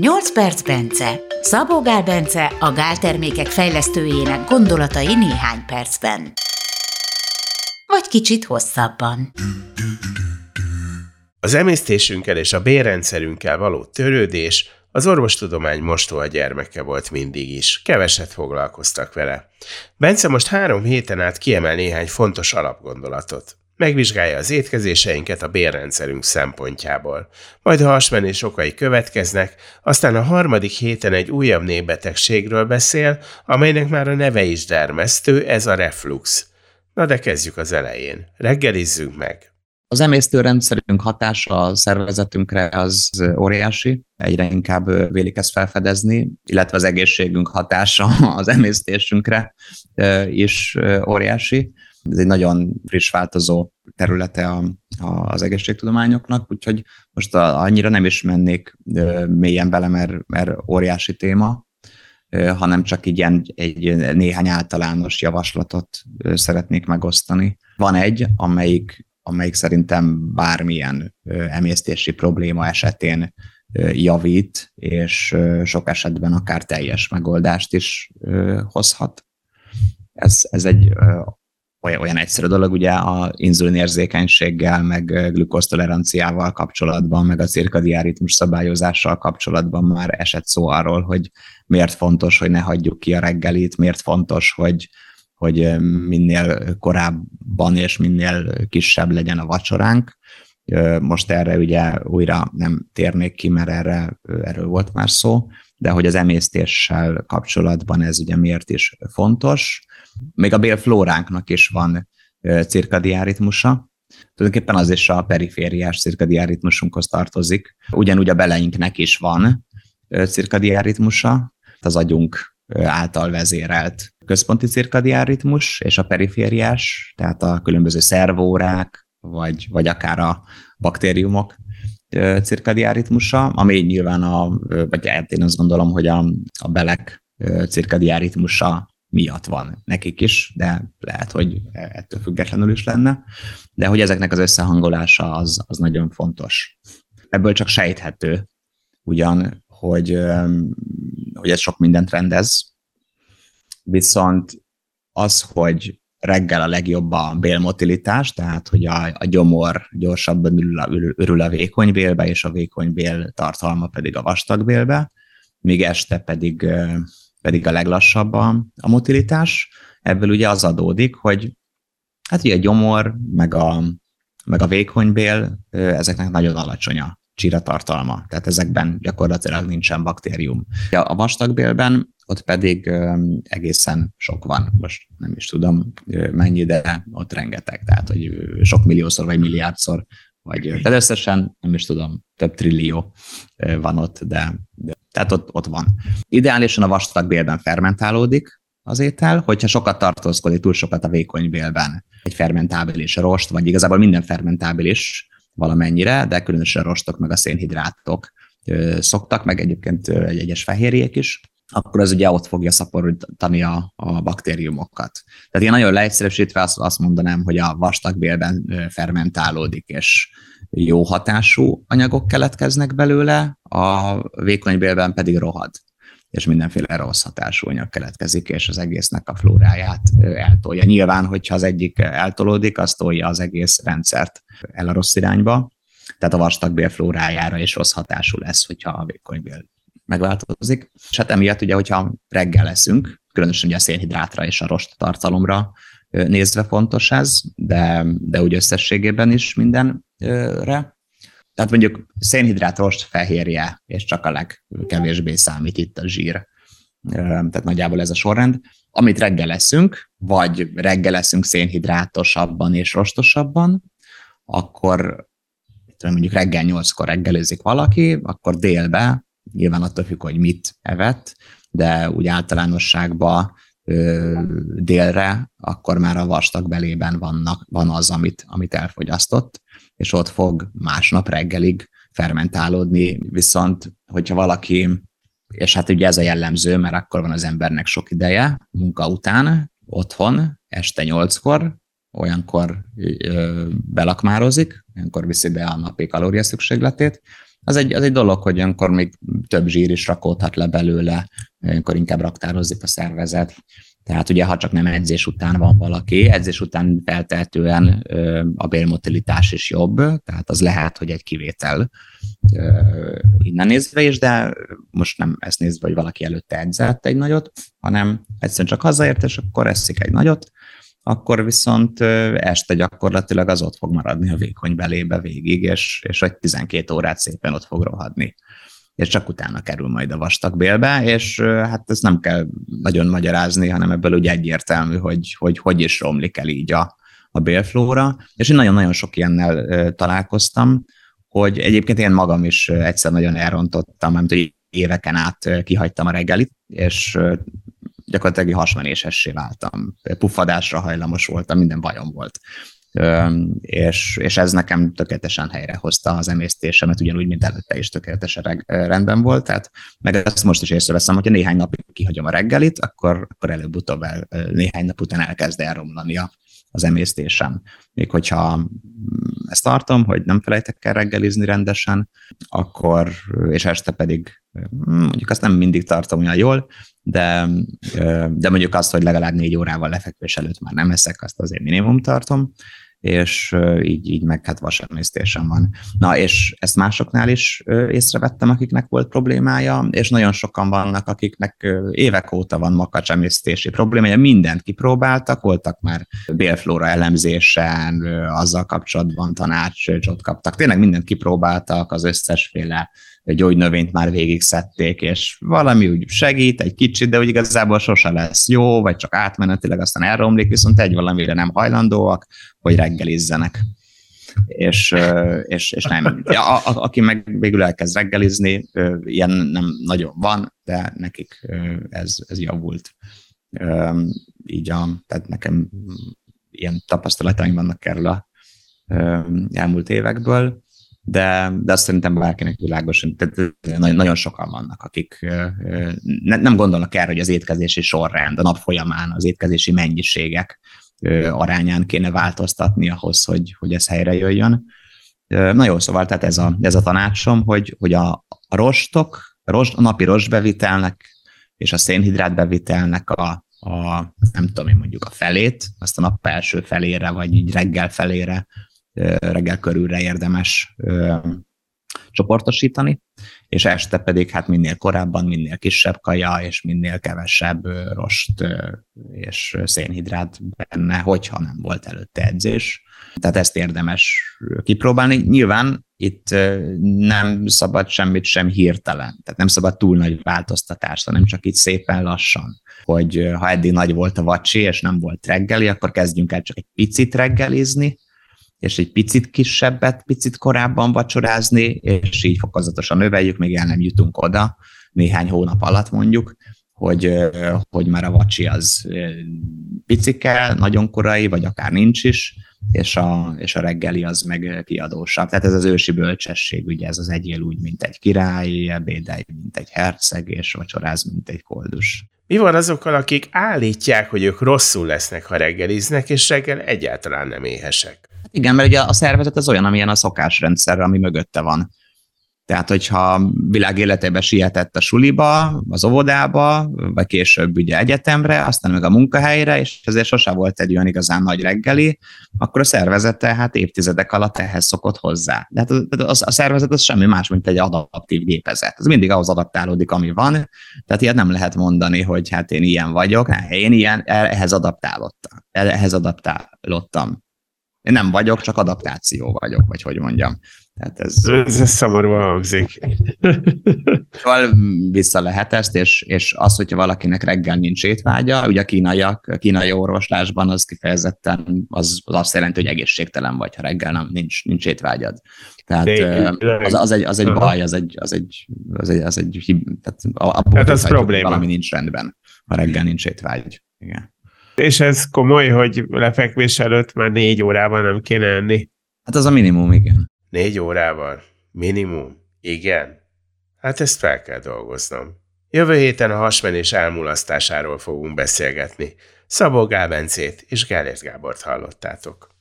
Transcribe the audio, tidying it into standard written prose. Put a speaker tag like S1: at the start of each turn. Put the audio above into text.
S1: 8 perc Bence. Szabó Gál Bence, a gáltermékek fejlesztőjének gondolatai néhány percben. Vagy kicsit hosszabban.
S2: Az emésztésünkkel és a bélrendszerünkkel való törődés az orvostudomány mostoha gyermeke volt mindig is. Keveset foglalkoztak vele. Bence most 3 héten át kiemel néhány fontos alapgondolatot. Megvizsgálja az étkezéseinket a bélrendszerünk szempontjából. Majd ha hasmenés okai következnek, aztán a 3. héten egy újabb népbetegségről beszél, amelynek már a neve is dermesztő, ez a reflux. Na de kezdjük az elején. Reggelizzünk meg!
S3: Az emésztőrendszerünk hatása a szervezetünkre az óriási, egyre inkább vélik ezt felfedezni, illetve az egészségünk hatása az emésztésünkre is óriási. Ez egy nagyon friss változó területe az egészségtudományoknak, úgyhogy most annyira nem is mennék mélyen bele, mert óriási téma, hanem csak így egy néhány általános javaslatot szeretnék megosztani. Van egy, amelyik szerintem bármilyen emésztési probléma esetén javít, és sok esetben akár teljes megoldást is hozhat. Ez egy olyan egyszerű dolog, ugye a inzulinérzékenységgel, meg glükóztoleranciával kapcsolatban, meg a cirkadián ritmus szabályozással kapcsolatban már esett szó arról, hogy miért fontos, hogy ne hagyjuk ki a reggelit, miért fontos, hogy minél korábban és minél kisebb legyen a vacsoránk. Most erre ugye újra nem térnék ki, mert erről volt már szó, de hogy az emésztéssel kapcsolatban ez ugye miért is fontos. Még a bélflóránknak is van cirkadián ritmusa. Tulajdonképpen az is a perifériás cirkadián ritmusunkhoz tartozik. Ugyanúgy a beleinknek is van cirkadián ritmusa, az agyunk által vezérelt központi cirkadián ritmus, és a perifériás, tehát a különböző szervórák, vagy akár a baktériumok cirkadián ritmusa, ami nyilván vagy én azt gondolom, hogy a belek cirkadián ritmusa miatt van nekik is, de lehet, hogy ettől függetlenül is lenne, de hogy ezeknek az összehangolása az nagyon fontos. Ebből csak sejthető ugyan, hogy ez sok mindent rendez, viszont az, hogy reggel a legjobb a bélmotilitás, tehát hogy a gyomor gyorsabban ürül a vékony bélbe, és a vékony bél tartalma pedig a vastag bélbe, míg este pedig a leglassabb a motilitás. Ebből ugye az adódik, hogy hát ugye a gyomor, meg a vékony bél, ezeknek nagyon alacsony a csíratartalma, tehát ezekben gyakorlatilag nincsen baktérium. A vastagbélben ott pedig egészen sok van, most nem is tudom mennyi, de ott rengeteg, tehát hogy sok milliószor vagy milliárdszor, tehát összesen nem is tudom, több trillió van ott, de tehát ott van. Ideálisan a vastagbélben fermentálódik az étel, hogyha sokat tartózkodik, túl sokat a vékony bélben, egy fermentábilis rost, vagy igazából minden fermentábilis valamennyire, de különösen a rostok meg a szénhidrátok szoktak, meg egyébként egyes fehérjék is, akkor az ugye ott fogja szaporítani a baktériumokat. Tehát én nagyon leegyszerűsítve azt mondanám, hogy a vastagbélben fermentálódik, és jó hatású anyagok keletkeznek belőle, a vékony bélben pedig rohad, és mindenféle rossz hatású anyag keletkezik, és az egésznek a flóráját eltolja. Nyilván, hogyha az egyik eltolódik, az tolja az egész rendszert el a rossz irányba, tehát a vastagbél flórájára is rossz hatású lesz, hogyha a vékony bél megváltozik. És hát emiatt ugye, hogyha reggel leszünk, különösen ugye a szénhidrátra és a rost tartalomra nézve fontos ez, de úgy összességében is mindenre. Tehát mondjuk szénhidrát, rost, fehérje, és csak a legkevésbé számít itt a zsír. Tehát nagyjából ez a sorrend. Amit reggel leszünk, vagy reggel leszünk szénhidrátosabban és rostosabban, akkor mondjuk reggel 8-kor reggelizik valaki, akkor délbe, nyilván attól függ, hogy mit evett, de úgy általánosságban délre, akkor már a vastag belében van az, amit elfogyasztott, és ott fog másnap reggelig fermentálódni, viszont hogyha valaki, és hát ugye ez a jellemző, mert akkor van az embernek sok ideje, munka után, otthon, este 8-kor, olyankor belakmározik, olyankor viszi be a napi kalóriaszükségletét, Az egy dolog, hogy olyankor még több zsír is rakódhat le belőle, olyankor inkább raktározik a szervezet. Tehát ugye, ha csak nem edzés után van valaki, edzés után feltehetően a bélmotilitás is jobb, tehát az lehet, hogy egy kivétel innen nézve is, de most nem ezt nézve, hogy valaki előtte edzett egy nagyot, hanem egyszerűen csak hazaért, és akkor eszik egy nagyot, akkor viszont este gyakorlatilag az ott fog maradni a vékony belébe végig, és egy 12 órát szépen ott fog rohadni. És csak utána kerül majd a vastag bélbe, és hát ezt nem kell nagyon magyarázni, hanem ebből ugye egyértelmű, hogy is romlik el így a bélflóra. És én nagyon-nagyon sok ilyennel találkoztam, hogy egyébként én magam is egyszer nagyon elrontottam, mert hogy éveken át kihagytam a reggelit, és gyakorlatilag hasmenésessé váltam. Puffadásra hajlamos voltam, minden bajom volt. És ez nekem tökéletesen helyrehozta az emésztésemet, ugyanúgy, mint előtte is tökéletesen rendben volt. Tehát meg ezt most is észreveszem, hogyha néhány napig kihagyom a reggelit, akkor előbb-utóbb néhány nap után elkezd elromlani az emésztésem. Még hogyha ezt tartom, hogy nem felejtek el reggelizni rendesen, akkor, és este pedig mondjuk azt nem mindig tartom olyan jól, de mondjuk azt, hogy legalább 4 órával lefekvés előtt már nem eszek, azt azért minimum tartom, és így meg hát vasemésztésem van. Na, és ezt másoknál is észrevettem, akiknek volt problémája, és nagyon sokan vannak, akiknek évek óta van makacsemésztési problémája, mindent kipróbáltak, voltak már bélflóra elemzésen, azzal kapcsolatban tanácsot kaptak, tényleg mindent kipróbáltak, az összesféle gyógynövényt már végig szedték, és valami úgy segít egy kicsit, de úgy igazából sose lesz jó, vagy csak átmenetileg aztán elromlik, viszont egy valamire nem hajlandóak, hogy reggelizzenek. És nem. Ja, aki meg végül elkezd reggelizni, ilyen nem nagyon van, de nekik ez javult. Tehát nekem ilyen tapasztalataim vannak erről a elmúlt évekből, de azt szerintem bárkinek világos, tehát nagyon sokan vannak, akik nem gondolnak erre, hogy az étkezési sorrend a nap folyamán, az étkezési mennyiségek arányán kéne változtatni ahhoz, hogy ez helyre jöjjön. Na jó, szóval tehát ez a tanácsom, hogy a napi rostbevitelnek és a szénhidrátbevitelnek a nem tudom én, mondjuk a felét, azt a nap első felére, vagy így reggel felére, reggel körülre érdemes csoportosítani, és este pedig hát minél korábban, minél kisebb kaja, és minél kevesebb rost és szénhidrát benne, hogyha nem volt előtte edzés. Tehát ezt érdemes kipróbálni. Nyilván itt nem szabad semmit sem hirtelen, tehát nem szabad túl nagy változtatást, hanem csak itt szépen lassan, hogy ha eddig nagy volt a vacsi, és nem volt reggeli, akkor kezdjünk el csak egy picit reggelizni, és egy picit kisebbet, picit korábban vacsorázni, és így fokozatosan növeljük, még el nem jutunk oda, néhány hónap alatt mondjuk, hogy már a vacsi az picike, nagyon korai, vagy akár nincs is, és a reggeli az meg kiadósabb. Tehát ez az ősi bölcsesség, ugye ez az egyél úgy, mint egy király, ebédelj, mint egy herceg, és vacsoráz, mint egy koldus.
S2: Mi van azokkal, akik állítják, hogy ők rosszul lesznek, ha reggeliznek, és reggel egyáltalán nem éhesek?
S3: Igen, mert ugye a szervezet az olyan, amilyen a szokásrendszer, ami mögötte van. Tehát, hogyha világ életében sietett a suliba, az óvodába, vagy később ugye egyetemre, aztán meg a munkahelyre, és ezért sosem volt egy olyan igazán nagy reggeli, akkor a szervezete hát évtizedek alatt ehhez szokott hozzá. De hát a szervezet az semmi más, mint egy adaptív gépezet. Ez mindig ahhoz adaptálódik, ami van, tehát ilyet nem lehet mondani, hogy hát én ilyen vagyok, én ehhez adaptálódtam. Én nem vagyok, csak adaptáció vagyok, vagy hogy mondjam. Tehát
S2: ez szomorúan hangzik.
S3: Szóval vissza lehet ezt, és az, hogyha valakinek reggel nincs étvágya, ugye a kínai orvoslásban az kifejezetten az azt jelenti, hogy egészségtelen vagy, ha reggel nincs étvágyad. Tehát az egy baj, az egy tehát
S2: az probléma.
S3: Valami nincs rendben, ha reggel nincs étvágy. Igen.
S2: És ez komoly, hogy lefekvés előtt már 4 órával nem kéne enni?
S3: Hát az a minimum, igen.
S2: 4 órával? Minimum? Igen? Hát ezt fel kell dolgoznom. Jövő héten a hasmenés elmulasztásáról fogunk beszélgetni. Szabó Gál Bencét és Gellért Gábort hallottátok.